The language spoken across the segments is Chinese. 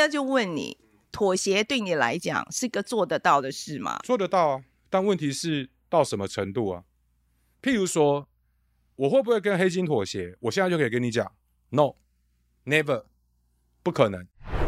在就问你，妥协对你来讲是个做得到的事吗？ 做得到啊，但问题是到什么程度啊？譬如说，我会不会跟黑金妥协？我现在就可以跟你讲 ，No， never， 不可能。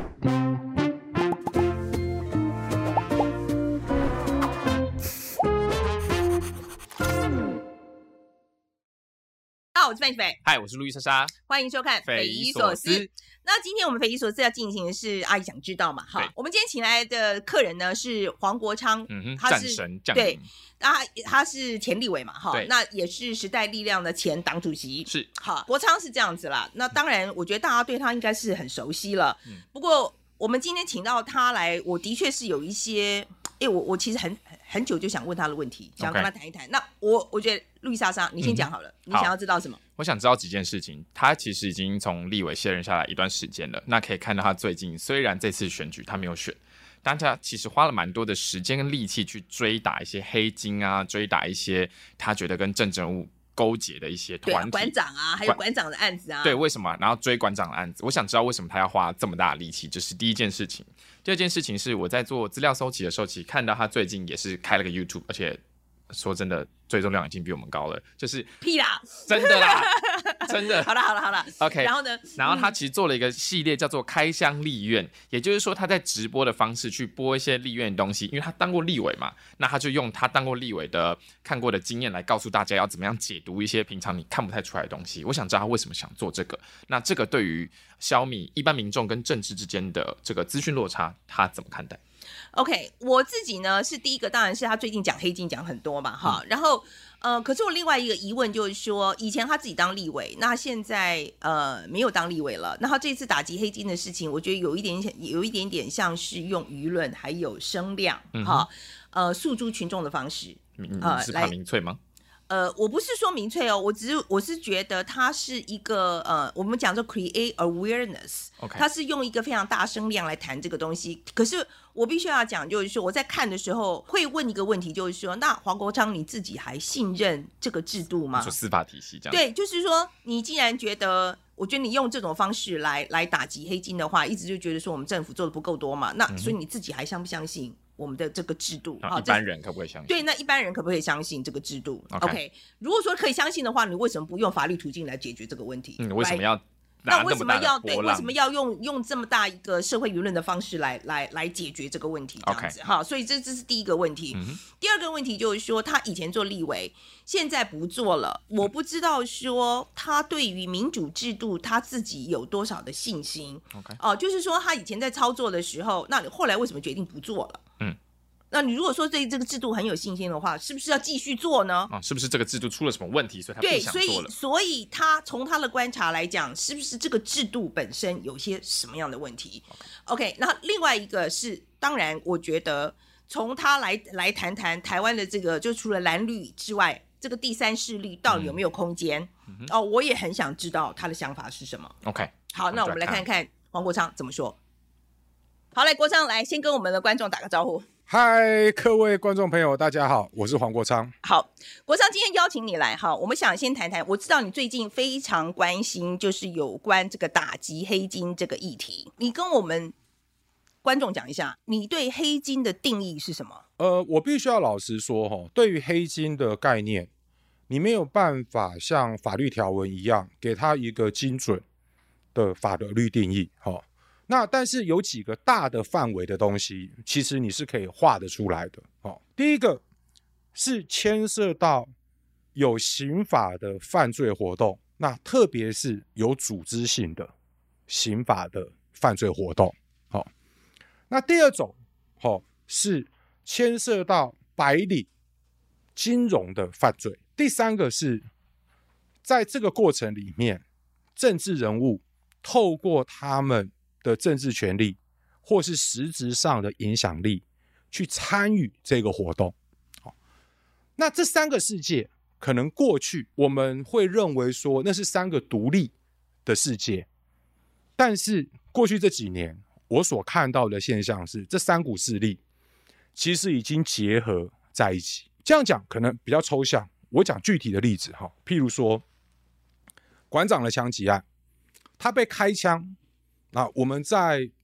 我是范琪斐， 嗨，我是路易莎莎， 欢迎收看《匪夷所思》。那今天我们匪夷所思要进行的是阿姨想知道嘛？哈，我们今天请来的客人呢是黄国昌， 战神降临， 对，他是前立委嘛，哈，那也是时代力量的前党主席， 是好，国昌是这样子啦。那当然，我觉得大家对他应该是很熟悉了。不过我们今天请到他来，我的确是有一些，我其实很久就想问他的问题，想跟他谈一谈。那我觉得路易莎莎，你先讲好了，你想要知道什么？ 我想知道几件事情。他其实已经从立委卸任下来一段时间了，那可以看到他最近虽然这次选举他没有选，但他其实花了蛮多的时间跟力气去追打一些黑金啊，追打一些他觉得跟政治人物勾结的一些团体， 馆长啊，还有馆长的案子啊。 对，为什么？然后追馆长的案子，我想知道为什么他要花这么大的力气，这是第一件事情。第二件事情是我在做资料搜集的时候，其实看到他最近也是开了个 YouTube， 而且说真的，追踪量已经比我们高了，就是屁啦， 真的啦，真的。 好了 ，OK。 然后呢？ 然后他其实做了一个系列叫做“开箱立院”，也就是说他在直播的方式去播一些立院的东西，因为他当过立委嘛，那他就用他当过立委的看过的经验来告诉大家要怎么样解读一些平常你看不太出来的东西。我想知道他为什么想做这个，那这个对于消弭一般民众跟政治之间的这个资讯落差，他怎么看待 ？OK， 我自己呢是第一个，当然是他最近讲黑金讲很多嘛，哈，然后可是我另外一个疑问就是说，以前他自己当立委，那现在没有当立委了，然后这次打击黑金的事情，我觉得有一点点像是用舆论还有声量，诉诸群众的方式， 你是怕民粹吗？ 我不是说民粹哦，我是觉得它是一个我们讲做 create awareness， 它是用一个非常大声量来谈这个东西。可是我必须要讲，就是说我在看的时候会问一个问题，就是说，那黄国昌你自己还信任这个制度吗？ 你说司法体系这样？ 对，就是说你既然觉得，我觉得你用这种方式来打击黑金的话，一直就觉得说我们政府做的不够多嘛，那所以你自己还相不相信我们的这个制度？ 一般人可不可以相信？ 对，那一般人可不可以相信这个制度 ？OK， 如果说可以相信的话，你为什么不用法律途径来解决这个问题？ 为什么要？ 那为什么要为什么要用这么大一个社会舆论的方式来解决这个问题？这样子哈，所以这是第一个问题。第二个问题就是说，他以前做立委，现在不做了，我不知道说他对于民主制度他自己有多少的信心。就是说他以前在操作的时候，那你后来为什么决定不做了？那你如果说对这个制度很有信心的话，是不是要继续做呢？ 是不是这个制度出了什么问题，所以他不想做了？ 对，所以他从他的观察来讲，是不是这个制度本身有些什么样的问题 ？OK， 那另外一个是，当然我觉得从他来谈谈台湾的这个，就除了蓝绿之外，这个第三势力到底有没有空间？我也很想知道他的想法是什么。 OK， 好，那我们来看看黄国昌怎么说。好，来，国昌来先跟我们的观众打个招呼。 嗨，各位观众朋友，大家好，我是黄国昌。 好，国昌今天邀请你来哈，我们想先谈谈。我知道你最近非常关心，就是有关这个打击黑金这个议题。你跟我们观众讲一下，你对黑金的定义是什么？ 我必须要老实说对于黑金的概念，你没有办法像法律条文一样给它一个精准的法律定义那但是有几个大的范围的东西，其实你是可以画得出来的。第一个是牵涉到有刑法的犯罪活动，那特别是有组织性的刑法的犯罪活动。那第二种是牵涉到白领金融的犯罪。第三个是在这个过程里面，政治人物透过他们的政治权利或是实质上的影响力去参与这个活动。那这三个世界可能过去我们会认为说那是三个独立的世界，但是过去这几年我所看到的现象是，这三股势力其实已经结合在一起。这样讲可能比较抽象，我讲具体的例子譬如说馆长的枪击案，他被开枪，那我们在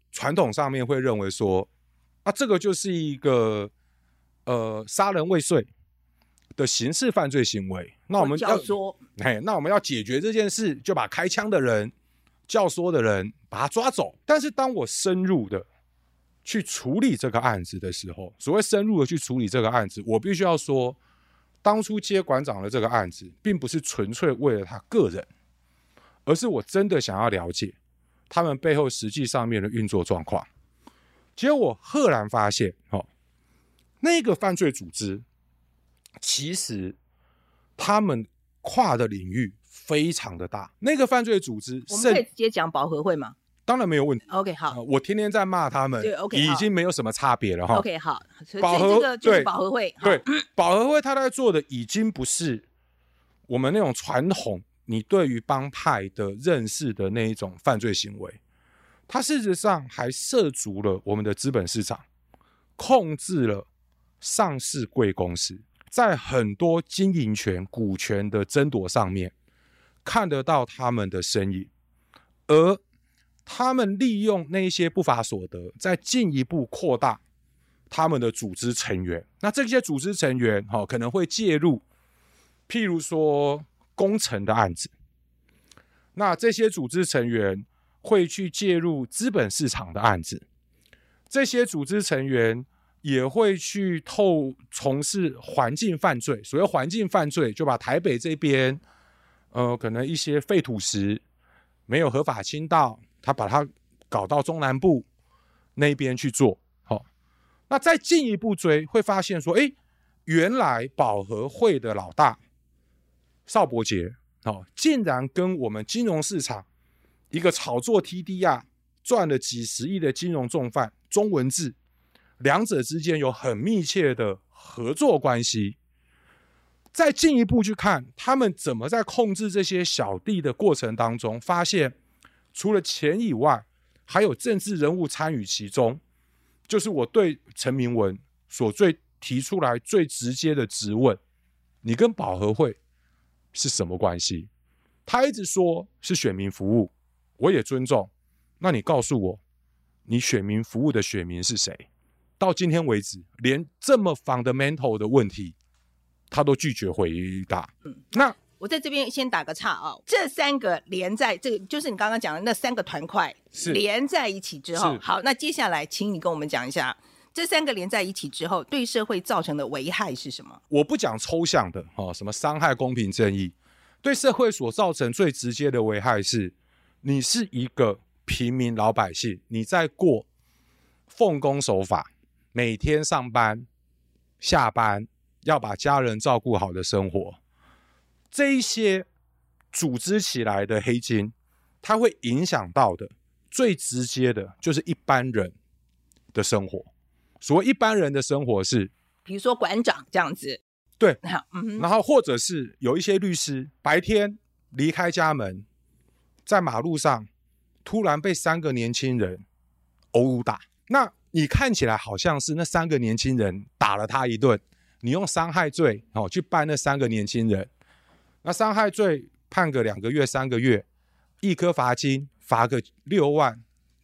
传统上面会认为说，这个就是一个杀人未遂的刑事犯罪行为，那我们要那我们要解决这件事，就把开枪的人、教唆的人把他抓走。但是当我深入的去处理这个案子的时候，所谓深入的去处理这个案子，我必须要说，当初接馆长的这个案子，并不是纯粹为了他个人，而是我真的想要了解他们背后实际上面的运作状况。结果我赫然发现，那个犯罪组织其实他们跨的领域非常的大。那个犯罪组织， 我们可以直接讲保和会吗？ 当然没有问题。 OK， 好， 我天天在骂他们，已经没有什么差别了哈。 OK， 好，所以这个就是保和会。 对，保和会他在做的已经不是我们那种传统你对于帮派的认识的那一种犯罪行为，它事实上还涉足了我们的资本市场，控制了上市贵公司，在很多经营权、股权的争夺上面看得到他们的身影，而他们利用那些不法所得，再进一步扩大他们的组织成员。那这些组织成员可能会介入，譬如说工程的案子，那这些组织成员会去介入资本市场的案子，这些组织成员也会去从事环境犯罪。所谓环境犯罪，就把台北这边可能一些废土石没有合法倾倒，他把它搞到中南部那边去做。那再进一步追，会发现说，原来保和会的老大邵伯杰，竟然跟我们金融市场一个炒作 TDR 赚了几十亿的金融重犯钟文志，两者之间有很密切的合作关系。再进一步去看他们怎么在控制这些小弟的过程当中，发现除了钱以外，还有政治人物参与其中。就是我对陈明文所提出来最直接的质问，你跟保和会是什么关系？他一直说是选民服务，我也尊重。那你告诉我，你选民服务的选民是谁？到今天为止，连这么 fundamental 的问题，他都拒绝回答。那我在这边先打个岔啊，这三个连在这个就是你刚刚讲的那三个团块连在一起之后，好，那接下来请你跟我们讲一下，这三个连在一起之后对社会造成的危害是什么？ 我不讲抽象的什么伤害公平正义，对社会所造成最直接的危害是，你是一个平民老百姓，你在过奉公守法，每天上班下班要把家人照顾好的生活。这一些组织起来的黑金，它会影响到的最直接的就是一般人的生活。所谓一般人的生活是， 比如说馆长这样子， 对，然后或者是有一些律师白天离开家门，在马路上突然被3个年轻人殴打，那你看起来好像是那3个年轻人打了他一顿，你用伤害罪去办那3个年轻人。那伤害罪判个2个月3个月，一颗罚金罚个6万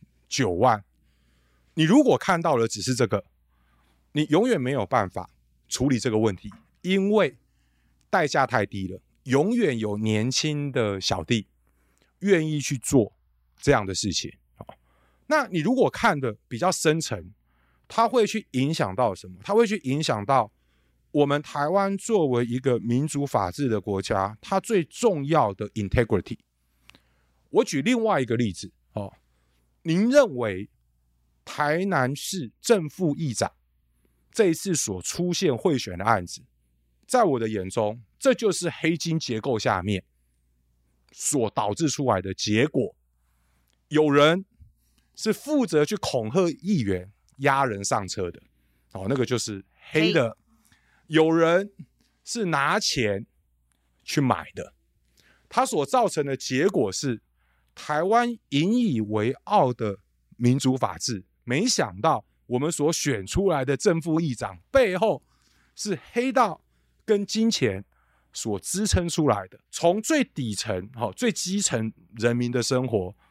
9万，你如果看到了只是这个，你永远没有办法处理这个问题，因为代价太低了。永远有年轻的小弟愿意去做这样的事情。那你如果看的比较深层，它会去影响到什么？它会去影响到我们台湾作为一个民主法治的国家，它最重要的 integrity。 我举另外一个例子，您认为台南市正副议长这一次所出现贿选的案子，在我的眼中，这就是黑金结构下面所导致出来的结果。有人是负责去恐吓议员押人上车的，那个就是黑的。有人是拿钱去买的，它所造成的结果是台湾引以为傲的民主法治，没想到我们所选出来的正副议长背后是黑道跟金钱所支撑出来的，从最底层最基层人民的生活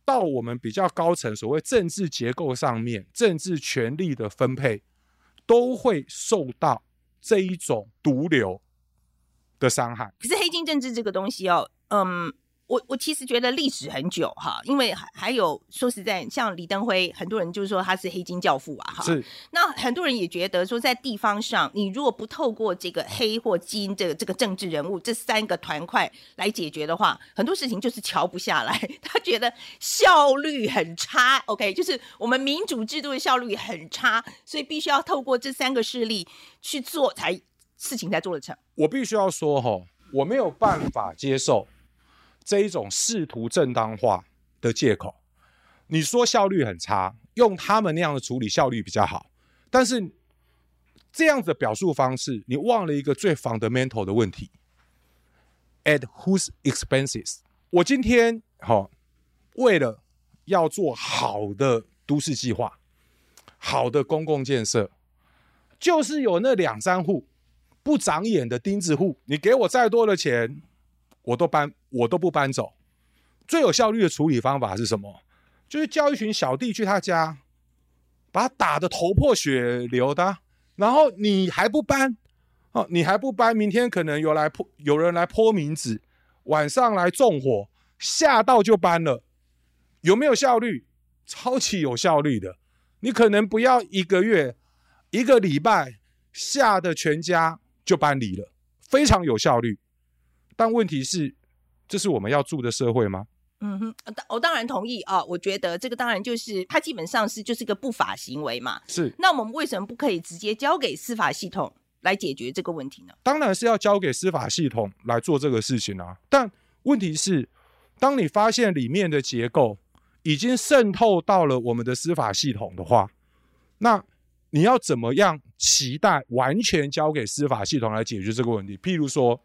到我们比较高层所谓政治结构上面，政治权力的分配都会受到这一种毒瘤的伤害。 可是黑金政治这个东西哦，我其实觉得历史很久哈，因为还有说实在，像李登辉，很多人就是说他是黑金教父啊哈。 是。 那很多人也觉得说，在地方上，你如果不透过这个黑或金这个政治人物这3个团块来解决的话，很多事情就是瞧不下来。他觉得效率很差 ，OK， 就是我们民主制度的效率很差，所以必须要透过这3个势力去做，事情才做得成。 我必须要说我没有办法接受这一种试图正当化的借口。你说效率很差，用他们那样的处理效率比较好，但是这样子的表述方式，你忘了一个最 fundamental 的问题 ：at whose expenses？ 我今天为了要做好的都市计划、好的公共建设，就是有那2-3户不长眼的钉子户，你给我再多的钱，我都不搬走。最有效率的处理方法是什么？就是叫一群小弟去他家，把他打得头破血流的，然后你还不搬，明天可能有人来泼名字，晚上来纵火，吓到就搬了。有没有效率？超级有效率的。你可能不要1个月、1个礼拜，吓得全家就搬离了，非常有效率。但问题是，这是我们要住的社会吗？ 我当然同意啊，我觉得这个当然就是它基本上就是一个不法行为嘛。 是。 那我们为什么不可以直接交给司法系统来解决这个问题呢？ 当然是要交给司法系统来做这个事情啊。但问题是，当你发现里面的结构已经渗透到了我们的司法系统的话，那你要怎么样期待完全交给司法系统来解决这个问题？譬如说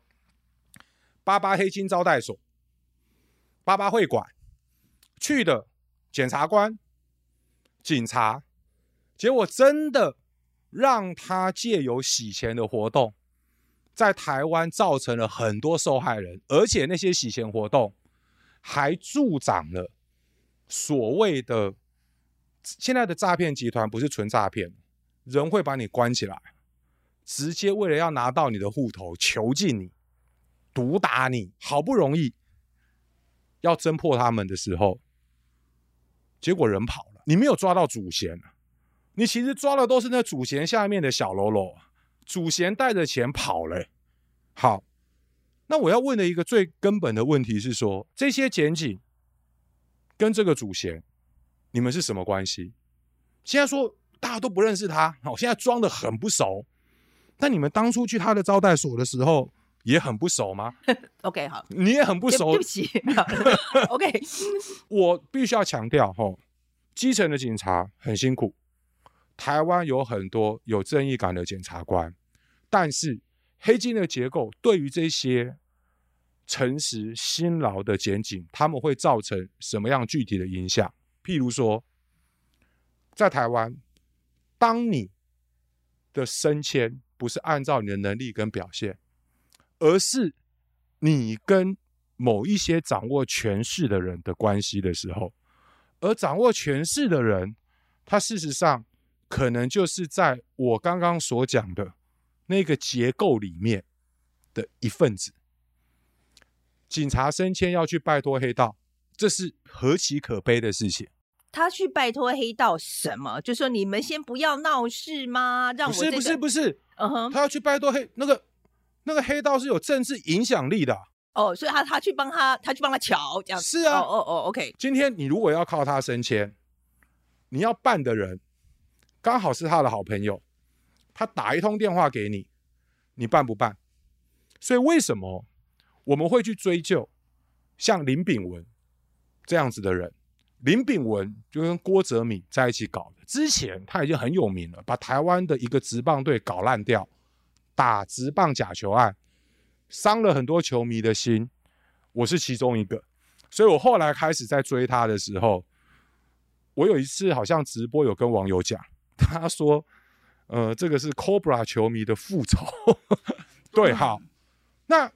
88黑金招待所、88会馆去的检察官、警察，结果真的让他借由洗钱的活动在台湾造成了很多受害人，而且那些洗钱活动还助长了所谓的现在的诈骗集团，不是纯诈骗，人会把你关起来，直接为了要拿到你的户头，囚禁你，毒打你。好不容易要侦破他们的时候，结果人跑了，你没有抓到主嫌，你其实抓的都是那主嫌下面的小喽啰，主嫌带着钱跑了。好，那我要问的一个最根本的问题是说，这些检警跟这个主嫌你们是什么关系？现在说大家都不认识他，现在装得很不熟，但你们当初去他的招待所的时候也很不熟吗？ OK， 好， 你也很不熟。 对不起OK， 我必须要强调基层的警察很辛苦，台湾有很多有正义感的检察官，但是黑金的结构对于这些诚实辛劳的检警，他们会造成什么样具体的影响？譬如说，在台湾，当你的升迁不是按照你的能力跟表现，而是你跟某一些掌握权势的人的关系的时候，而掌握权势的人，他事实上可能就是在我刚刚所讲的那个结构里面的一份子。警察升迁要去拜托黑道，这是何其可悲的事情。 他去拜托黑道什么？就说你们先不要闹事吗？让我不是，他要去拜托那个黑道是有政治影响力的。 所以他去帮他瞧，这样是啊。 OK。 今天你如果要靠他升迁，你要办的人刚好是他的好朋友，他打一通电话给你，你办不办？所以为什么我们会去追究像林炳文这样子的人？林炳文就跟郭哲敏在一起搞的，之前他已经很有名了，把台湾的一个职棒队搞烂掉，打职棒假球案，伤了很多球迷的心，我是其中一个。所以我后来开始在追他的时候，我有一次好像直播有跟网友讲，他说这个是 Cobra 球迷的复仇对，好，那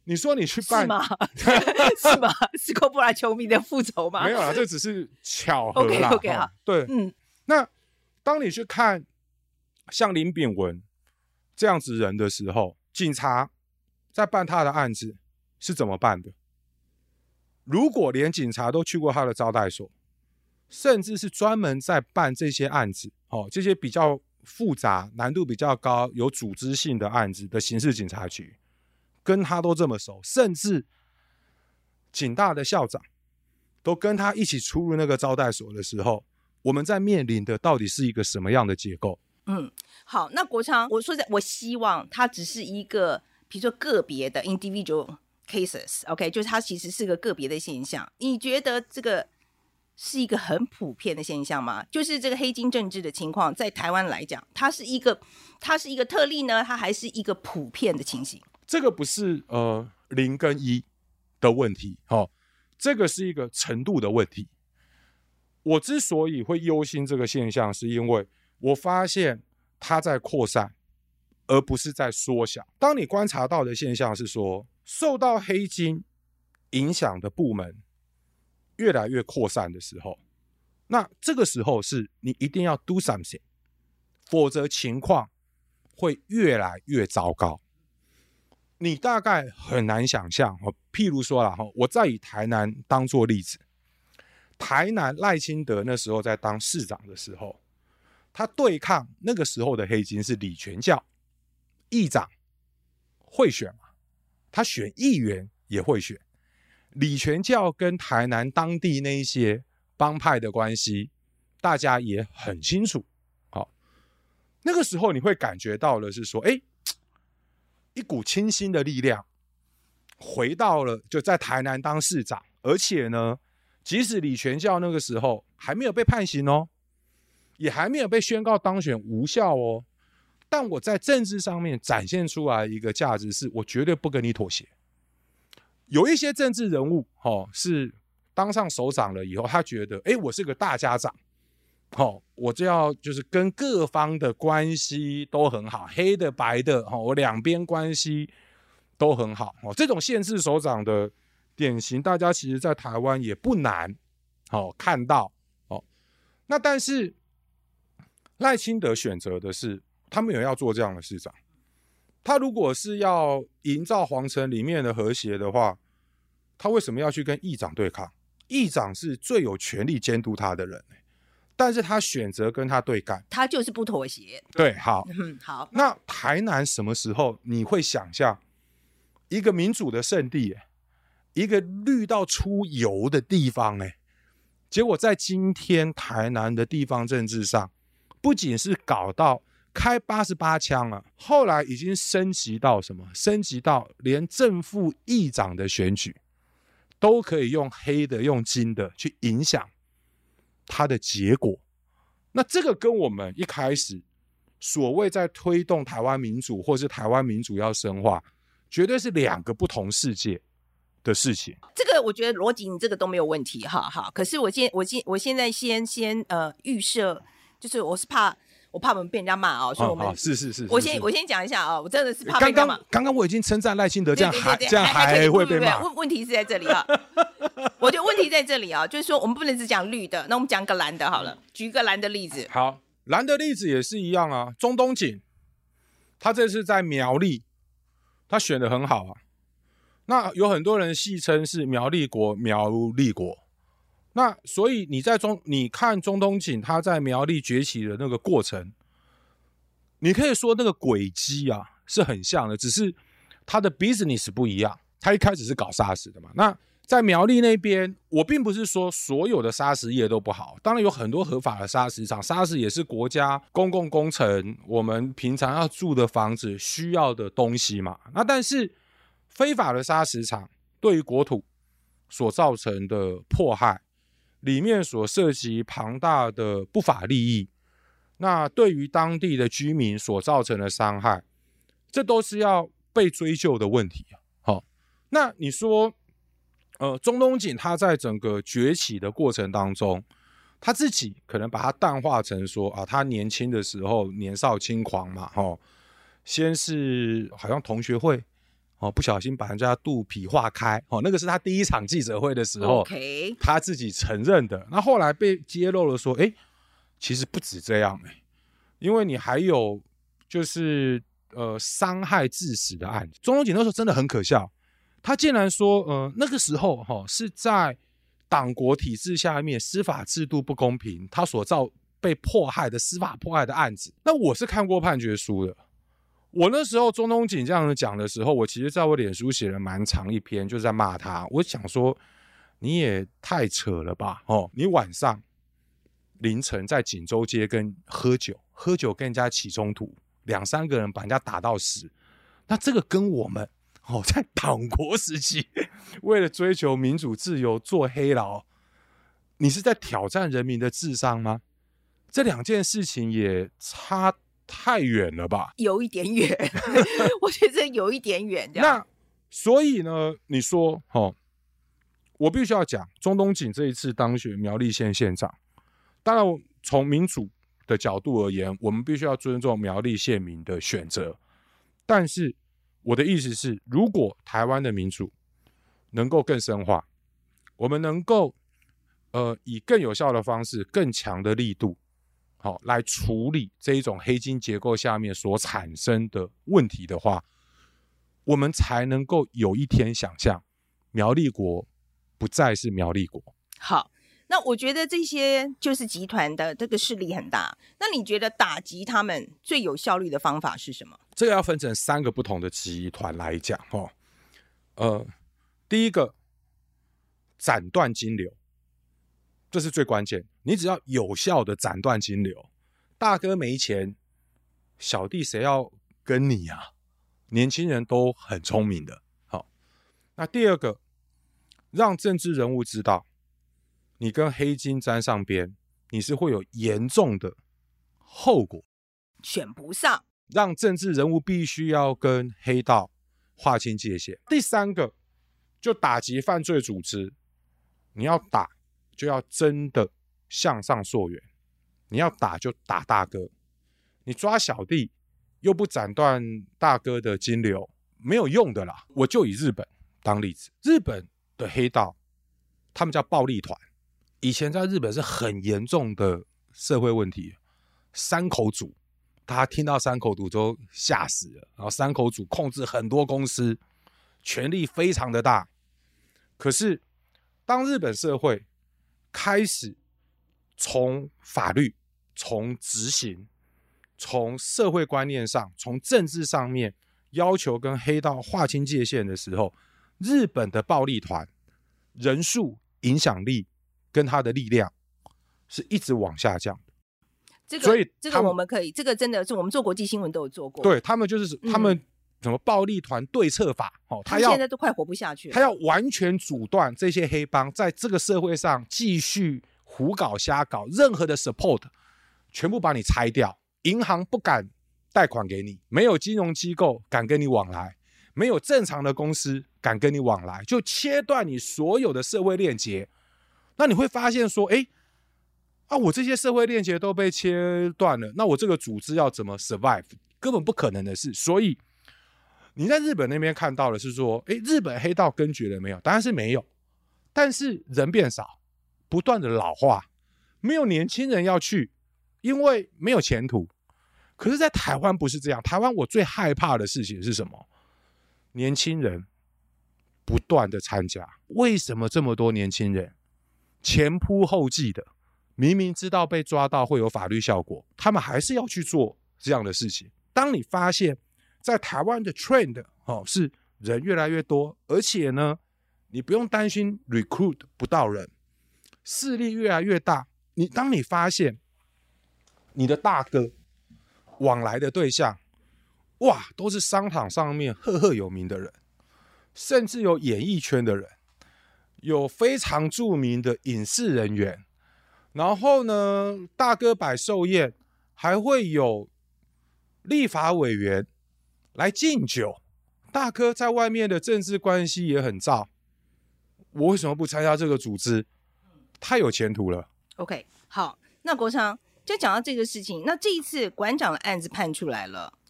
你说你去办是吗？是吗？是哥布拉球迷的复仇吗？ 没有啦，这只是巧合啦。 OK 好， 对，那当你去看像林炳文这样子人的时候，警察在办他的案子是怎么办的？如果连警察都去过他的招待所，甚至是专门在办这些案子，这些比较复杂、难度比较高、有组织性的案子的刑事警察局，跟他都这么熟，甚至警大的校长都跟他一起出入那个招待所的时候，我们在面临的到底是一个什么样的结构？ 好，那国昌，我说实在，我希望它只是一个，比如说个别的 individual cases，OK，就是它其实是个个别的现象。你觉得这个是一个很普遍的现象吗？就是这个黑金政治的情况，在台湾来讲，它是一个特例呢，它还是一个普遍的情形？ 这个不是0跟1的问题，这个是一个程度的问题。我之所以会忧心这个现象，是因为我发现它在扩散，而不是在缩小。当你观察到的现象是说，受到黑金影响的部门越来越扩散的时候，那这个时候是你一定要 do something， 否则情况会越来越糟糕。你大概很难想象，譬如说啦，我再以台南当作例子，台南赖清德那时候在当市长的时候，他对抗那个时候的黑金是李全教，议长会选嘛，他选议员也会选。李全教跟台南当地那一些帮派的关系，大家也很清楚。好，那个时候你会感觉到的是说，一股清新的力量回到了就在台南当市长，而且呢，即使李全教那个时候还没有被判刑哦，也还没有被宣告当选无效哦，但我在政治上面展现出来一个价值是，我绝对不跟你妥协。有一些政治人物是当上首长了以后，他觉得我是个大家长，我就要就是跟各方的关系都很好，黑的白的，我两边关系都很好。这种县市首长的典型，大家其实在台湾也不难看到。那但是赖清德选择的是，他没有要做这样的市长。他如果是要营造皇城里面的和谐的话，他为什么要去跟议长对抗？议长是最有权力监督他的人，但是他选择跟他对干， 他就是不妥协。 对，好， 好。 那台南什么时候你会想象一个民主的圣地，一个绿到出油的地方，结果在今天台南的地方政治上，不仅是搞到开88枪了，后来已经升级到什么？升级到连正副议长的选举都可以用黑的、用金的去影响它的结果。那这个跟我们一开始所谓在推动台湾民主，或是台湾民主要深化，绝对是两个不同世界的事情。 这个我觉得逻辑你这个都没有问题，好。可是我现在先预设，就是我怕我们被人家骂所以我们是。我先讲一下我真的是怕被人家骂。 刚刚我已经称赞赖清德，这样还会被骂。 问题是在这里我觉得问题在这里就是说我们不能只讲绿的，那我们讲个蓝的好了。举个蓝的例子。 好，蓝的例子也是一样啊。中东锦他这次在苗栗，他选得很好啊。那有很多人戏称是苗栗国。那所以你看中东锦他在苗栗崛起的那个过程，你可以说那个轨迹是很像的，只是他的 business 不一样。他一开始是搞砂石的嘛，那在苗栗那边，我并不是说所有的砂石业都不好，当然有很多合法的砂石厂，砂石也是国家公共工程，我们平常要住的房子需要的东西嘛。那但是非法的砂石厂对于国土所造成的迫害，里面所涉及庞大的不法利益，那对于当地的居民所造成的伤害，这都是要被追究的问题。那你说中东锦他在整个崛起的过程当中，他自己可能把它淡化成说他年轻的时候年少轻狂嘛，先是好像同学会不小心把人家肚皮划开，那个是他第一场记者会的时候，他自己承认的。那后来被揭露了说，其实不止这样，因为你还有就是伤害致死的案子。钟东锦那时候真的很可笑，他竟然说那个时候是在党国体制下面司法制度不公平，他所被迫害的司法迫害的案子。那我是看过判决书的，我那时候钟东锦这样讲的时候，我其实在我脸书写了蛮长一篇，就是在骂他。我想说你也太扯了吧，你晚上凌晨在锦州街喝酒跟人家起冲突，2-3个人把人家打到死，那这个跟我们在党国时期为了追求民主自由做黑牢，你是在挑战人民的智商吗？这2件事情也差太远了吧？ 有一点远我觉得有一点远。 那所以呢，你说我必须要讲钟东锦这一次当选苗栗县县长，当然从民主的角度而言，我们必须要尊重苗栗县民的选择，但是我的意思是，如果台湾的民主能够更深化，我们能够以更有效的方式、更强的力度来处理这一种黑金结构下面所产生的问题的话，我们才能够有一天想象苗栗国不再是苗栗国。 好，那我觉得这些就是集团的这个势力很大，那你觉得打击他们最有效率的方法是什么？ 这个要分成3个不同的集团来讲第一个，斩断金流，这是最关键。你只要有效的斩断金流，大哥没钱，小弟谁要跟你啊？年轻人都很聪明的。那第二个，让政治人物知道，你跟黑金沾上边，你是会有严重的后果， 选不上。 让政治人物必须要跟黑道划清界限。第3个，就打击犯罪组织，你要打就要真的向上溯源，你要打就打大哥，你抓小弟又不斩断大哥的金流，没有用的啦。我就以日本当例子，日本的黑道他们叫暴力团，以前在日本是很严重的社会问题，山口组，大家听到山口组都吓死了，然后山口组控制很多公司，权力非常的大。可是当日本社会开始从法律、从执行、从社会观念上、从政治上面要求跟黑道划清界限的时候，日本的暴力团人数、影响力跟他的力量是一直往下降的。所以这个我们可以，这个真的是我们做国际新闻都有做过。 对，他们就是他们什么暴力团对策法， 他现在都快活不下去了。 他要完全阻断这些黑帮在这个社会上继续胡搞瞎搞，任何的 support 全部把你拆掉，银行不敢贷款给你，没有金融机构敢跟你往来，没有正常的公司敢跟你往来，就切断你所有的社会链接。那你会发现说，我这些社会链接都被切断了，那我这个组织要怎么 survive？ 根本不可能的事。所以你在日本那边看到的是说，日本黑道根绝了没有？当然是没有，但是人变少，不断的老化，没有年轻人要去，因为没有前途。可是在台湾不是这样，台湾我最害怕的事情是什么？年轻人不断的参加。为什么这么多年轻人前仆后继的，明明知道被抓到会有法律效果，他们还是要去做这样的事情？当你发现在台湾的 trend 是人越来越多，而且呢你不用担心 recruit 不到人，势力越来越大，当你发现你的大哥往来的对象都是商场上面赫赫有名的人，甚至有演艺圈的人，有非常著名的影视人员，然后呢大哥摆寿宴还会有立法委员来敬酒，大哥在外面的政治关系也很燥，我为什么不参加这个组织？太有前途了。 OK， 好，那国昌就讲到这个事情，那这一次馆长的案子判出来了，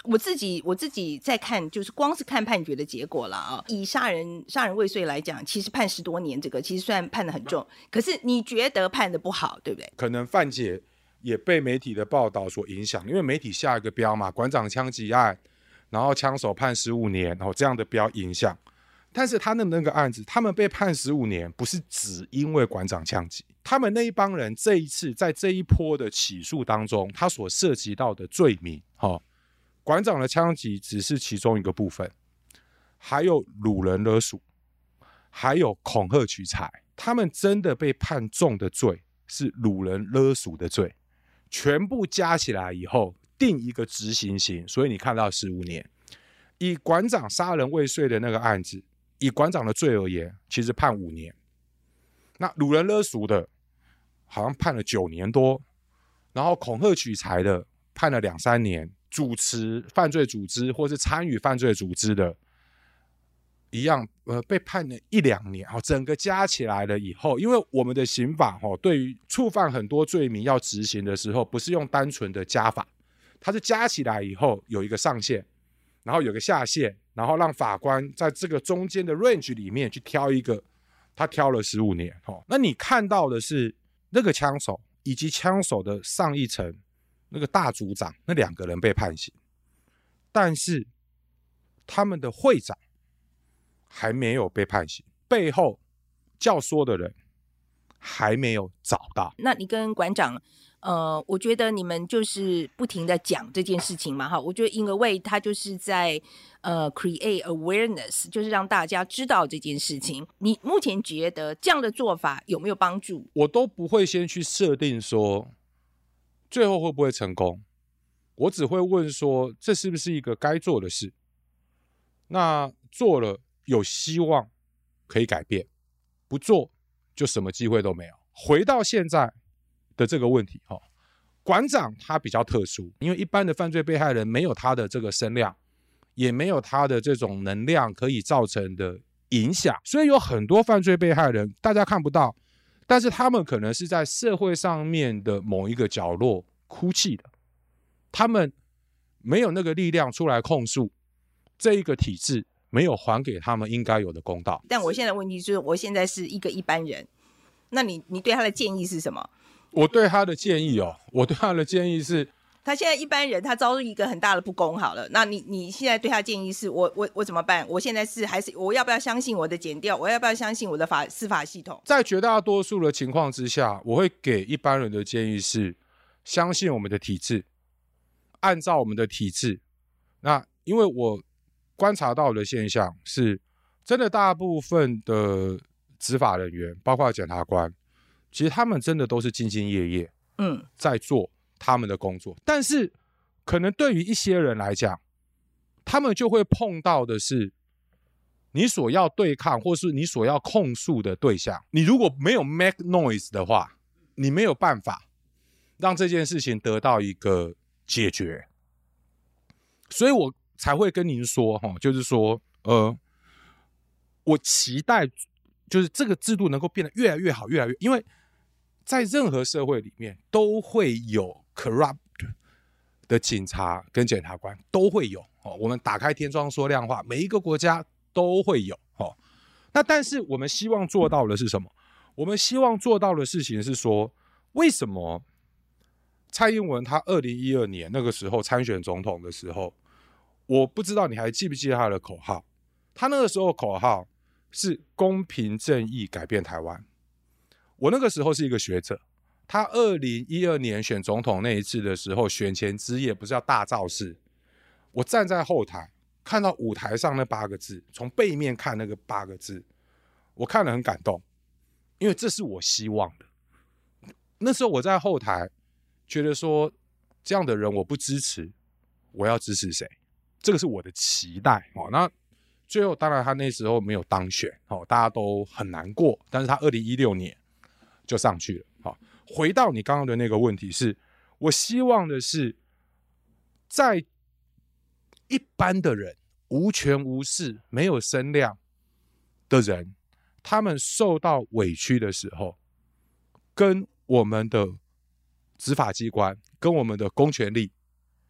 我自己在看，就是光是看判决的结果了啊。以杀人未遂来讲，其实判10多年，这个其实虽然判得很重，可是你觉得判得不好，对不对？ 可能范姐也被媒体的报道所影响，因为媒体下一个标嘛，馆长枪击案，然后枪手判15年，然后这样的标影响。但是他的那个案子，他们被判15年，不是只因为馆长枪击，他们那一帮人这一次在这一波的起诉当中，他所涉及到的罪名，馆长的枪击只是其中一个部分，还有掳人勒赎，还有恐吓取财，他们真的被判重的罪是掳人勒赎的罪，全部加起来以后定一个执行刑，所以你看到15年。以馆长杀人未遂的那个案子，以馆长的罪而言，其实判5年。那掳人勒赎的，好像判了9年多，然后恐吓取财的判了2-3年，主持犯罪组织或是参与犯罪组织的，一样被判了1-2年。整个加起来了以后，因为我们的刑法对于触犯很多罪名要执行的时候，不是用单纯的加法，它是加起来以后有一个上限，然后有个下限，然后让法官在这个中间的 range 里面去挑一个，他挑了15年。那你看到的是那个枪手以及枪手的上一层那个大组长，那2个人被判刑，但是他们的会长还没有被判刑，背后教唆的人还没有找到。 那你跟馆长我觉得你们就是不停的讲这件事情嘛，哈，我觉得 in a way 他就是在create awareness， 就是让大家知道这件事情。你目前觉得这样的做法有没有帮助？ 我都不会先去设定说最后会不会成功，我只会问说这是不是一个该做的事，那做了有希望可以改变，不做就什么机会都没有。回到现在的这个问题，馆长他比较特殊，因为一般的犯罪被害人没有他的这个声量，也没有他的这种能量可以造成的影响，所以有很多犯罪被害人大家看不到，但是他们可能是在社会上面的某一个角落哭泣的，他们没有那个力量出来控诉，这一个体制没有还给他们应该有的公道。 但我现在的问题是，我现在是一个一般人，那你对他的建议是什么？ 我对他的建议是， 他现在一般人他遭遇一个很大的不公，好了，那你现在对他建议是我怎么办？我现在是还是我要不要相信我的检调？我要不要相信我的司法系统？ 在绝大多数的情况之下，我会给一般人的建议是相信我们的体制，按照我们的体制。那因为我观察到的现象是，真的大部分的执法人员包括检察官，其实他们真的都是兢兢业业在做他们的工作，但是可能对于一些人来讲，他们就会碰到的是你所要对抗或是你所要控诉的对象，你如果没有 make noise 的话，你没有办法让这件事情得到一个解决。所以我才会跟您说，就是说我期待就是这个制度能够变得越来越好，越来越，因为在任何社会里面都会有 corrupt 的警察跟检察官，都会有。我们打开天窗说亮话，每一个国家都会有。那但是我们希望做到的是什么？我们希望做到的事情是说，为什么蔡英文他2012年那个时候参选总统的时候，我不知道你还记不记得他的口号？他那个时候口号是公平正义改变台湾。我那个时候是一个学者，他2012年选总统那一次的时候，选前之夜不是要大造势，我站在后台看到舞台上那8个字，从背面看那个8个字，我看了很感动，因为这是我希望的。那时候我在后台觉得说，这样的人我不支持，我要支持谁？这个是我的期待。那最后当然他那时候没有当选，大家都很难过，但是他2016年就上去了。回到你刚刚的那个问题是，我希望的是在一般的人无权无势没有声量的人，他们受到委屈的时候，跟我们的执法机关跟我们的公权力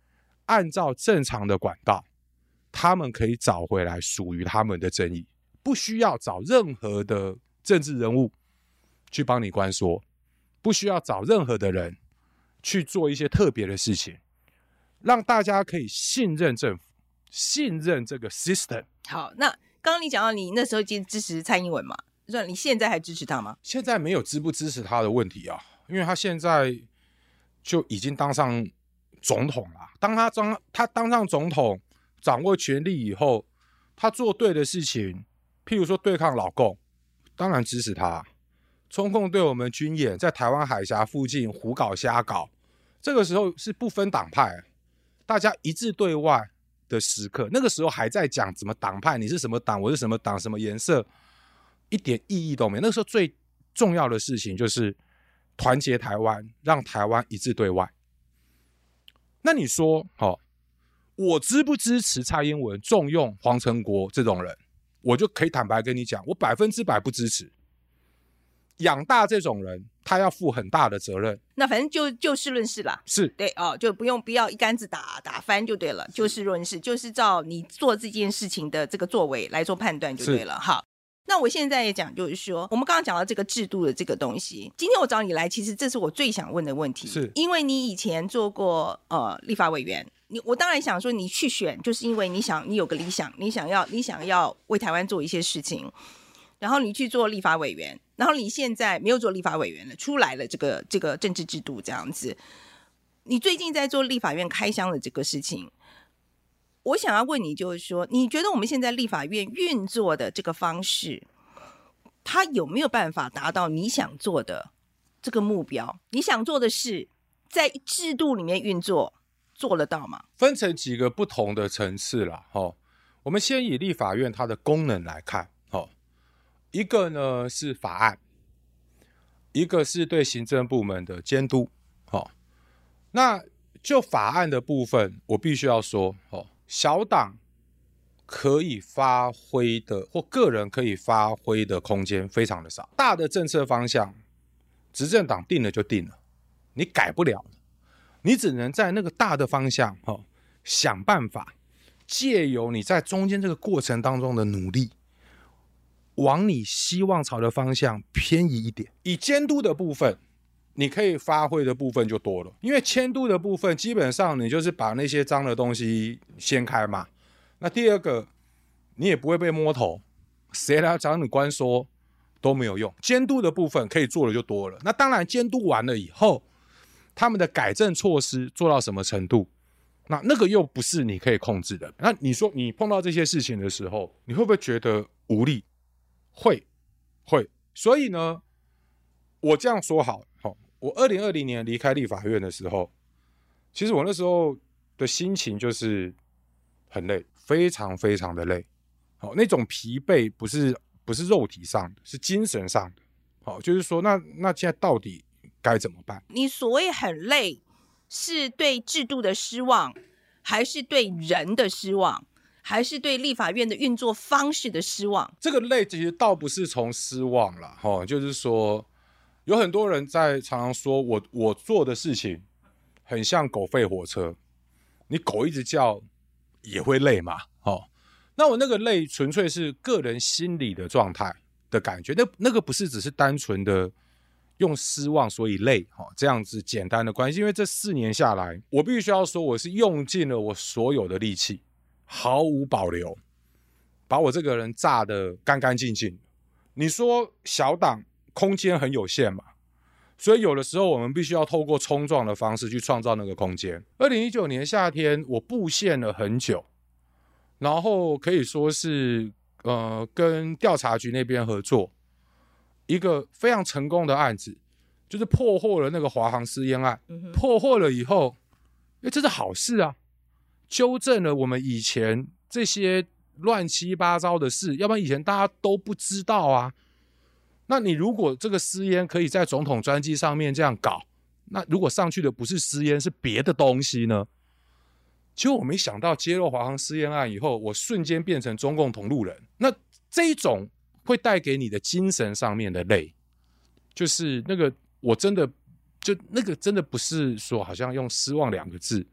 按照正常的管道，他们可以找回来属于他们的正义，不需要找任何的政治人物去帮你关说，不需要找任何的人去做一些特别的事情，让大家可以信任政府，信任这个 system。 好，那刚刚你讲到你那时候支持蔡英文嘛，你现在还支持他吗？ 现在没有支不支持他的问题啊，因为他现在就已经当上总统了。当他当上总统，掌握权力以后，他做对的事情，譬如说对抗老共，当然支持他。中共对我们军演在台湾海峡附近胡搞瞎搞，这个时候是不分党派，大家一致对外的时刻。那个时候还在讲怎么党派，你是什么党，我是什么党，什么颜色，一点意义都没有。那个时候最重要的事情就是团结台湾，让台湾一致对外。那你说，我支不支持蔡英文重用黄成国这种人？我就可以坦白跟你讲，我100%不支持。养大这种人，他要负很大的责任。 那反正就事论事啦， 是对哦，就不要一竿子打翻就对了，就事论事，就是照你做这件事情的这个作为来做判断就对了。好，那我现在也讲，就是说，我们刚刚讲到这个制度的这个东西，今天我找你来，其实这是我最想问的问题， 是因为你以前做过立法委员，我当然想说你去选，就是因为你有个理想，你想要为台湾做一些事情，然后你去做立法委员，然后你现在没有做立法委员了，出来了这个政治制度这样子。你最近在做立法院开箱的这个事情，我想要问你，就是说，你觉得我们现在立法院运作的这个方式，它有没有办法达到你想做的这个目标？你想做的事，在制度里面运作，做得到吗？ 分成几个不同的层次啦。我们先以立法院它的功能来看。一个呢是法案，一个是对行政部门的监督。那就法案的部分，我必须要说，小党可以发挥的或个人可以发挥的空间非常的少。大的政策方向，执政党定了就定了，你改不了，你只能在那个大的方向想办法，借由你在中间这个过程当中的努力，往你希望朝的方向偏移一点。以监督的部分，你可以发挥的部分就多了，因为监督的部分基本上你就是把那些脏的东西掀开嘛。那第二个，你也不会被摸头，谁来找你关说都没有用。监督的部分可以做的就多了。那当然监督完了以后，他们的改正措施做到什么程度，那个又不是你可以控制的。那你说你碰到这些事情的时候，你会不会觉得无力？会。所以呢，我这样说好，我2020年离开立法院的时候，其实我那时候的心情就是很累，非常非常的累。那种疲惫不是肉体上的，是精神上的。就是说那现在到底该怎么办？ 你所谓很累，是对制度的失望，还是对人的失望，还是对立法院的运作方式的失望？ 这个累其实倒不是从失望啦，就是说有很多人在常常说我做的事情很像狗吠火车，你狗一直叫也会累嘛。那我那个累纯粹是个人心理的状态的感觉，那个不是只是单纯的用失望所以累这样子简单的关系。因为这4年下来，我必须要说我是用尽了我所有的力气，毫无保留，把我这个人炸得干干净净。你说小党空间很有限嘛，所以有的时候我们必须要透过冲撞的方式去创造那个空间。2019年夏天，我布线了很久，然后可以说是跟调查局那边合作，一个非常成功的案子，就是破获了那个华航私烟案。破获了以后，这是好事啊，纠正了我们以前这些乱七八糟的事，要不然以前大家都不知道啊。那你如果这个私烟可以在总统专机上面这样搞，那如果上去的不是私烟，是别的东西呢？结果我没想到揭露华航私烟案以后，我瞬间变成中共同路人。那这一种会带给你的精神上面的累，就是那个我真的就那个真的不是说好像用失望2个字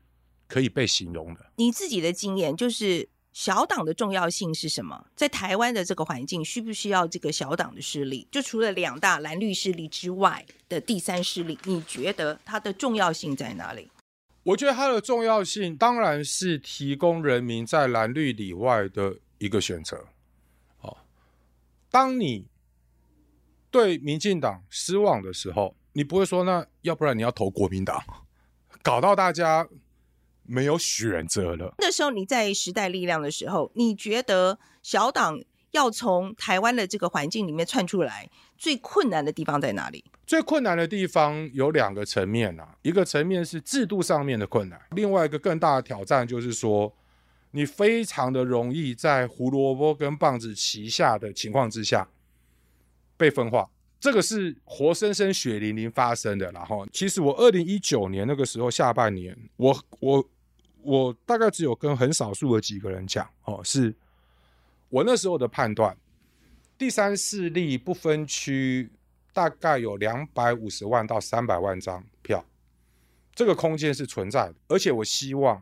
可以被形容的。 你自己的经验就是小党的重要性是什么？在台湾的这个环境，需不需要这个小党的势力？就除了两大蓝绿势力之外的第三势力，你觉得它的重要性在哪里？ 我觉得它的重要性当然是提供人民在蓝绿里外的一个选择。当你对民进党失望的时候，你不会说那要不然你要投国民党，搞到大家没有选择了。 那时候你在时代力量的时候，你觉得小党要从台湾的这个环境里面窜出来，最困难的地方在哪里？ 最困难的地方有2个层面啊，一个层面是制度上面的困难，另外一个更大的挑战就是说，你非常的容易在胡萝卜跟棒子齐下的情况之下被分化，这个是活生生血淋淋发生的啦。其实我2019年那个时候下半年，我大概只有跟很少数的几个人讲，是我那时候的判断，第三势力不分区大概有250万到300万张票，这个空间是存在的，而且我希望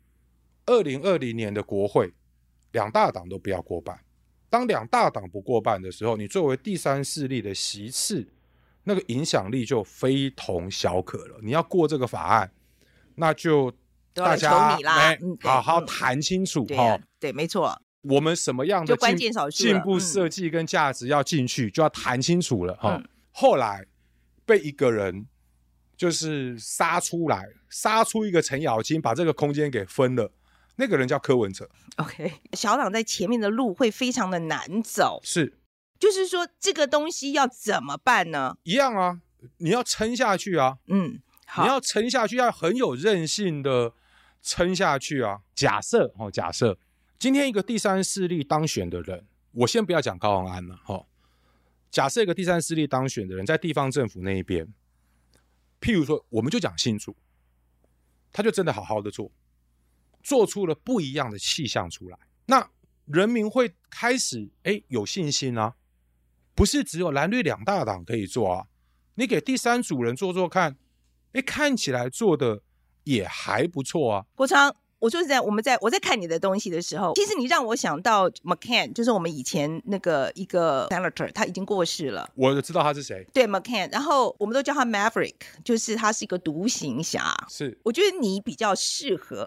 2020年的国会两大党都不要过半。当两大党不过半的时候，你作为第三势力的席次，那个影响力就非同小可了。你要过这个法案，那就大家好好谈清楚。 对，没错。 我们什么样的进步设计跟价值要进去，就要谈清楚了。后来被一个人就是杀出一个程咬金，把这个空间给分了。那个人叫柯文哲。 OK， 小党在前面的路会非常的难走。 是， 就是说这个东西要怎么办呢？ 一样啊，你要撑下去啊。好，你要撑下去，要很有韧性的撑下去啊。假设今天一个第三势力当选的人，我先不要讲高虹安了。假设一个第三势力当选的人在地方政府那一边，譬如说我们就讲新竹，他就真的好好的做出了不一样的气象出来，那人民会开始有信心啊，不是只有蓝绿两大党可以做啊，你给第三组人做看，看起来做的也还不错啊。 国昌，我说实在，我在看你的东西的时候，其实你让我想到 McCain， 就是我们以前那个一个 senator， 他已经过世了。 我知道他是谁。对 McCain， 然后我们都叫他 Maverick， 就是他是一个独行侠。 是， 我觉得你比较适合。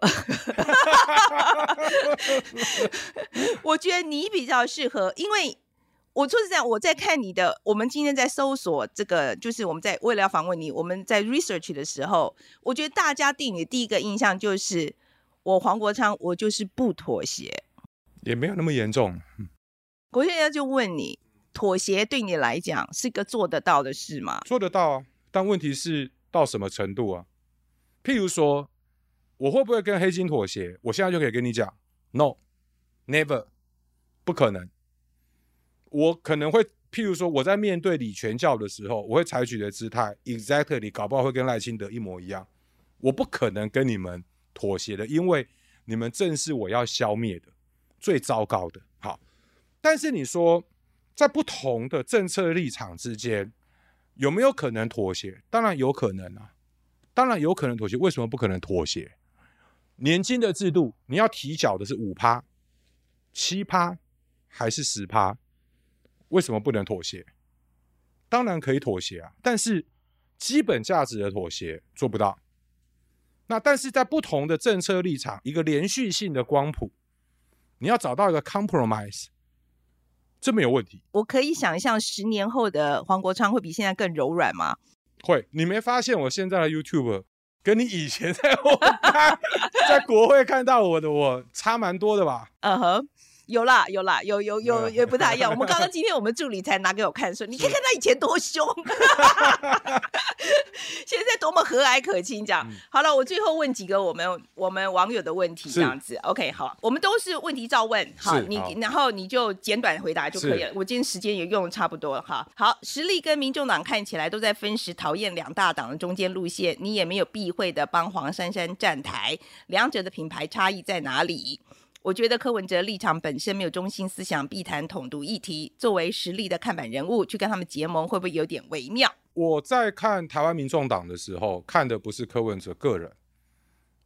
我觉得你比较适合，因为我说实在，我在看你的，我们今天在搜索这个，就是我们在为了要访问你，我们在 research 的时候，我觉得大家对你的第一个印象就是。我黄国昌，我就是不妥协， 也没有那么严重。 我现在就问你，妥协对你来讲是个做得到的事吗？ 做得到啊，但问题是到什么程度啊？譬如说，我会不会跟黑金妥协？我现在就可以跟你讲 ，no， never， 不可能。我可能会，譬如说，我在面对李全教的时候，我会采取的姿态 ，exactly， 搞不好会跟赖清德一模一样。我不可能跟你们妥协的，因为你们正是我要消灭的最糟糕的。好，但是你说在不同的政策立场之间有没有可能妥协？当然有可能啊，当然有可能妥协。为什么不可能妥协？年金的制度你要提缴的是 5%、7% 还是 10%？ 为什么不能妥协？当然可以妥协啊，但是基本价值的妥协做不到。那但是在不同的政策立场，一个连续性的光谱，你要找到一个 compromise， 这没有问题。我可以想象10年后的黄国昌会比现在更柔软吗？ 会。你没发现我现在的 YouTube 跟你以前在在国会看到我差蛮多的吧？ 有啦，有不太一样。我们刚刚今天我们助理才拿给我看说，你看看他以前多凶，现在多么和蔼可亲这样。好了，我最后问几个我们网友的问题这样子。OK， 好，我们都是问题照问，好，然后你就简短回答就可以了。我今天时间也用的差不多了哈。好，时力跟民众党看起来都在分时讨厌两大党的中间路线，你也没有避讳的帮黄珊珊站台，两者的品牌差异在哪里？我觉得柯文哲立场本身没有中心思想，必谈统独议题，作为实力的看板人物去跟他们结盟，会不会有点微妙？ 我在看台湾民众党的时候，看的不是柯文哲个人，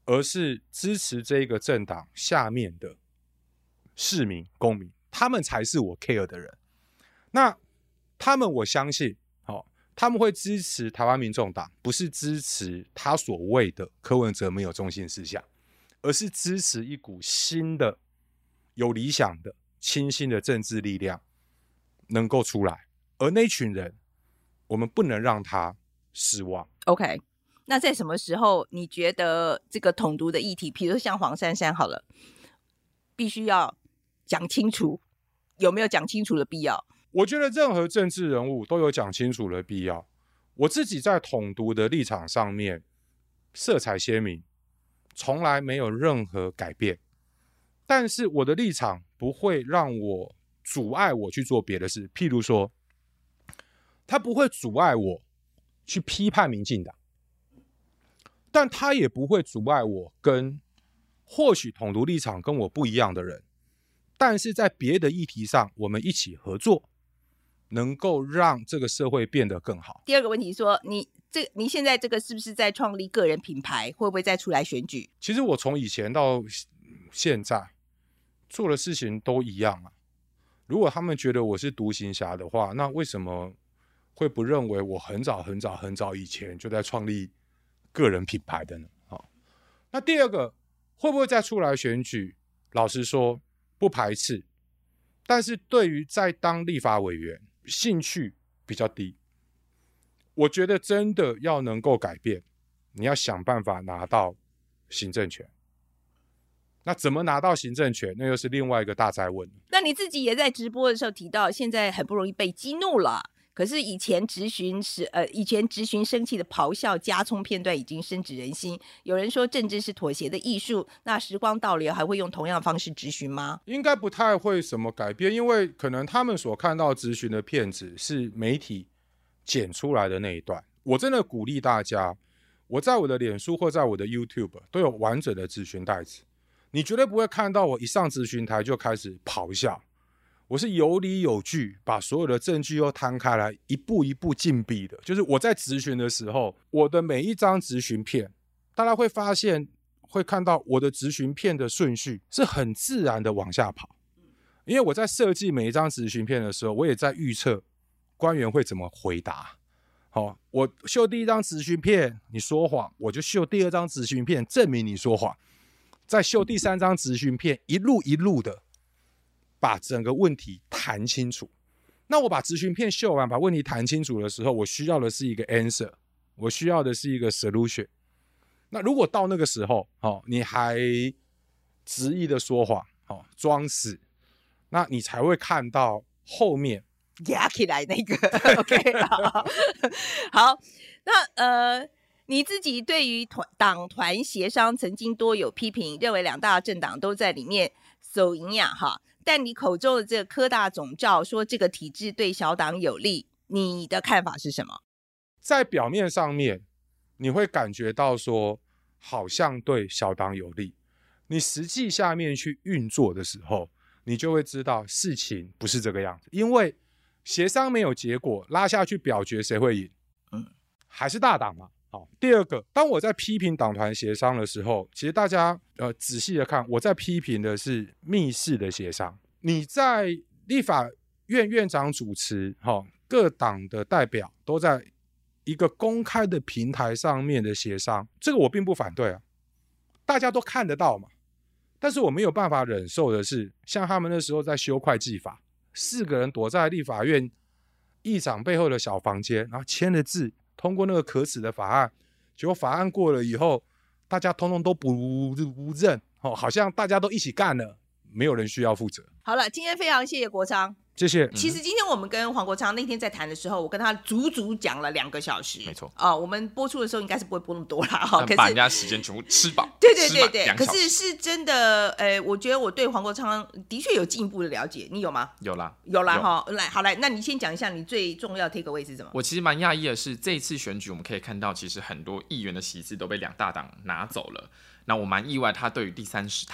而是支持这个政党下面的市民公民，他们才是我 care 的人。那他们我相信他们会支持台湾民众党，不是支持他所谓的柯文哲没有中心思想，而是支持一股新的有理想的清新的政治力量能够出来，而那群人我们不能让他失望。 OK， 那在什么时候你觉得这个统独的议题，比如说像黄珊珊好了，必须要讲清楚，有没有讲清楚的必要？ 我觉得任何政治人物都有讲清楚的必要。我自己在统独的立场上面色彩鲜明，从来没有任何改变，但是我的立场不会让我阻碍我去做别的事。譬如说，他不会阻碍我去批判民进党，但他也不会阻碍我跟或许统独立场跟我不一样的人，但是在别的议题上我们一起合作，能够让这个社会变得更好。 第二个问题说，你现在这个是不是在创立个人品牌？会不会再出来选举？ 其实我从以前到现在做的事情都一样啊。如果他们觉得我是独行侠的话，那为什么会不认为我很早以前就在创立个人品牌的呢？那第二个，会不会再出来选举？老实说，不排斥，但是对于在当立法委员，兴趣比较低。我觉得真的要能够改变，你要想办法拿到行政权。那怎么拿到行政权，那又是另外一个大哉问。 那你自己也在直播的时候提到，现在很不容易被激怒了。可是以前质询生气的咆哮加葱片段已经深植人心。有人说政治是妥协的艺术，那时光倒流还会用同样的方式质询吗？ 应该不太会什么改变，因为可能他们所看到质询的片子是媒体剪出来的那一段。我真的鼓励大家，我在我的脸书或在我的 YouTube 都有完整的质询带子，你绝对不会看到我一上质询台就开始咆哮。我是有理有据，把所有的证据又摊开来，一步一步进逼的。就是我在质询的时候，我的每一张质询片，大家会发现，会看到我的质询片的顺序是很自然的往下跑。因为我在设计每一张质询片的时候，我也在预测官员会怎么回答。我秀第一张质询片，你说谎，我就秀第二张质询片，证明你说谎，再秀第三张质询片，一路一路的把整个问题谈清楚。那我把质询片秀完，把问题谈清楚的时候，我需要的是一个 answer， 我需要的是一个 solution。 那如果到那个时候你还执意的说谎装死，那你才会看到后面压起来那个OK 好，那你自己对于党团协商曾经多有批评，认为两大政党都在里面走营养哈，但你口中的这个科大总召说这个体制对小党有利，你的看法是什么？ 在表面上面你会感觉到说好像对小党有利，你实际下面去运作的时候，你就会知道事情不是这个样子。因为协商没有结果，拉下去表决谁会赢？还是大党嘛。第二个，当我在批评党团协商的时候，其实大家仔细的看，我在批评的是密室的协商。你在立法院院长主持各党的代表都在一个公开的平台上面的协商，这个我并不反对啊，大家都看得到嘛。但是我没有办法忍受的是，像他们那时候在修会计法，4个人躲在立法院议长背后的小房间，然后签了字，通过那个可耻的法案，结果法案过了以后，大家通通都不认，好像大家都一起干了，没有人需要负责。好了，今天非常谢谢国昌，谢谢。其实今天我们跟黄国昌那天在谈的时候，我跟他足足讲了2个小时，没错我们播出的时候应该是不会播那么多啦，可是把人家时间全部吃饱。对对对对，可是是真的，我觉得我对黄国昌的确有进一步的了解，你有吗？有啦，有啦哈。来，那你先讲一下你最重要的 take away 是什么？我其实蛮讶异的是，这一次选举我们可以看到，其实很多议员的席次都被两大党拿走了。那我蛮意外，他对于第30，他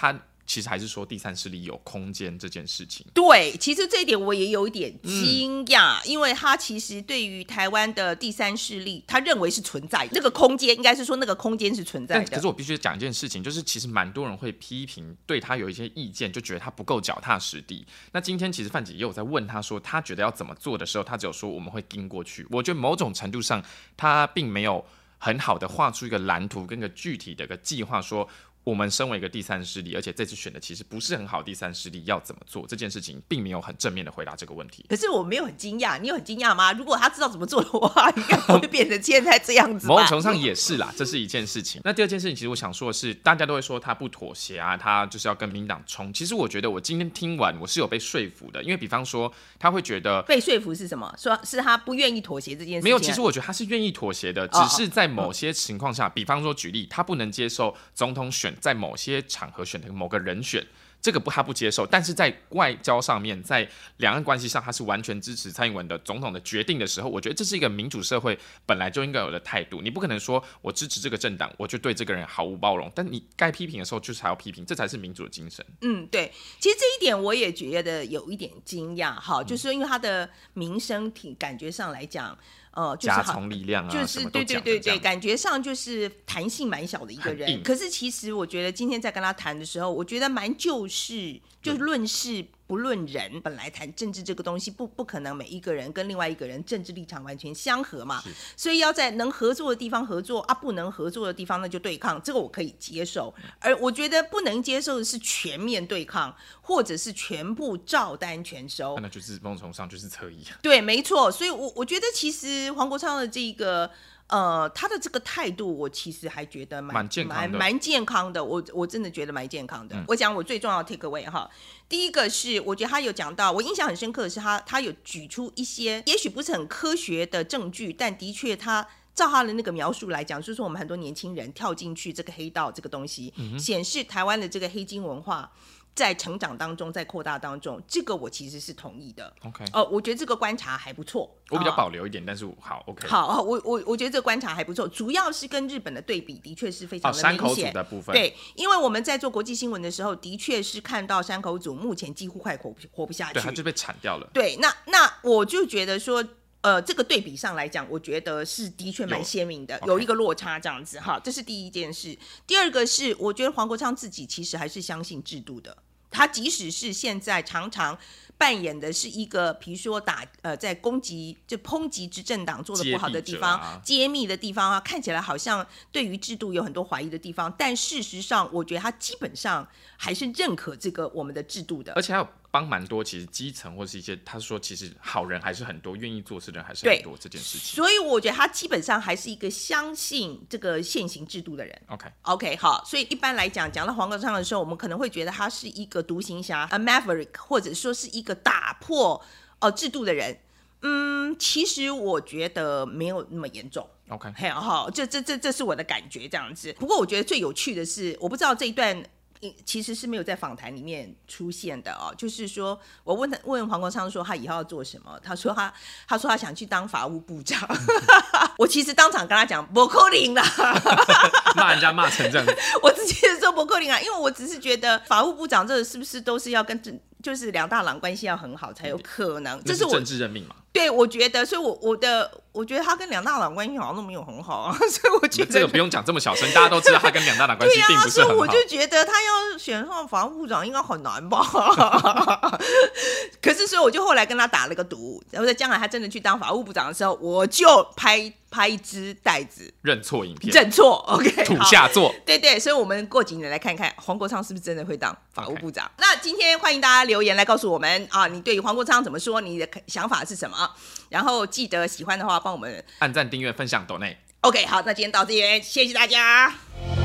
其实还是说第三势力有空间这件事情。 对，其实这一点我也有一点惊讶，因为他其实对于台湾的第三势力，他认为是存在的，那个空间应该是说那个空间是存在的。 可是我必须讲一件事情，就是其实蛮多人会批评，对他有一些意见，就觉得他不够脚踏实地。那今天其实范姐也有在问他说，他觉得要怎么做的时候，他只有说我们会跟过去。我觉得某种程度上，他并没有很好的画出一个蓝图跟一个具体的一个计划，说我们身为一个第三势力，而且这次选的其实不是很好，第三势力要怎么做这件事情，并没有很正面的回答这个问题。 可是我没有很惊讶，你有很惊讶吗？如果他知道怎么做的话，应该不会变成现在这样子吧。 某种程度上也是啦，这是一件事情。那第二件事情，其实我想说的是，大家都会说他不妥协啊，他就是要跟民进党冲。其实我觉得我今天听完，我是有被说服的，因为比方说他会觉得被说服是什么？说是他不愿意妥协这件事情。 没有，其实我觉得他是愿意妥协的，只是在某些情况下，比方说举例，他不能接受总统选在某些场合选的某个人选，这个他不接受，但是在外交上面，在两岸关系上，他是完全支持蔡英文的总统的决定的时候，我觉得这是一个民主社会本来就应该有的态度。你不可能说我支持这个政党，我就对这个人毫无包容，但你该批评的时候就是还要批评，这才是民主的精神。 对，其实这一点我也觉得有一点惊讶哈，就是因为他的民声感觉上来讲。就是加重力量啊， 就是对，感觉上就是弹性蛮小的一个人。可是其实我觉得今天在跟他谈的时候，我觉得蛮就是论事不论人。本来谈政治这个东西不可能每一个人跟另外一个人政治立场完全相合嘛，所以要在能合作的地方合作啊，不能合作的地方那就对抗，这个我可以接受。而我觉得不能接受的是全面对抗，或者是全部照单全收， 那就是某种程度上就是侧翼。 对，没错。所以我觉得其实黄国昌的这个他的这个态度，我其实还觉得蛮健康的。我真的觉得蛮健康的。我讲我最重要的 take away 哈，第一个是我觉得他有讲到，我印象很深刻的是他有举出一些也许不是很科学的证据，但的确他照他的那个描述来讲，就是说我们很多年轻人跳进去这个黑道这个东西，显示台湾的这个黑金文化在成长当中，在扩大当中，这个我其实是同意的。 OK， 我觉得这个观察还不错。 我比较保留一点，但是好 OK。 好，我觉得这个观察还不错，主要是跟日本的对比，的确是非常的明显。 山口组的部分， 对，因为我们在做国际新闻的时候，的确是看到山口组目前几乎快活不下去， 对，他就被铲掉了。 对，那我就觉得说。这个对比上来讲，我觉得是的确蛮鲜明的，有一个落差这样子哈，这是第一件事。第二个是，我觉得黄国昌自己其实还是相信制度的，他即使是现在常常扮演的是一个，比如说在抨击执政党做的不好的地方、揭秘的地方啊，看起来好像对于制度有很多怀疑的地方，但事实上，我觉得他基本上还是认可这个我们的制度的， 而且还有帮蛮多其实基层或是一些他说其实好人还是很多，愿意做事的人还是很多这件事情。 所以我觉得他基本上还是一个相信这个现行制度的人。OK 好，所以一般来讲到黄国昌的时候，我们可能会觉得他是一个独行侠 ，a maverick， 或者说是一个打破制度的人。其实我觉得没有那么严重。 OK， 好，这是我的感觉这样子。不过我觉得最有趣的是，我不知道这一段。其实是没有在访谈里面出现的哦，就是说我问黄国昌说他以后要做什么，他说他想去当法务部长，我其实当场跟他讲不可能啦， 骂人家骂成这样， 我直接说不可能啊，因为我只是觉得法务部长这是不是都是要跟就是两大党关系要很好才有可能，这是我政治任命嘛。 对，我觉得，所以我觉得他跟两大党关系好像都没有很好啊，所以我觉得这个不用讲这么小声，大家都知道他跟两大党关系并不是很好。 所以我就觉得他要选上法务部长应该很难吧？可是，所以我就后来跟他打了个赌，然后在将来他真的去当法务部长的时候，我就拍一支袋子认错影片， 认错 OK 土下座。 对，所以我们过几年来看看黄国昌是不是真的会当法务部长。那今天欢迎大家留言来告诉我们啊，你对于黄国昌怎么说，你的想法是什么？然后记得喜欢的话帮我们按赞、订阅、分享、抖内。 OK， 好，那今天到这边，谢谢大家。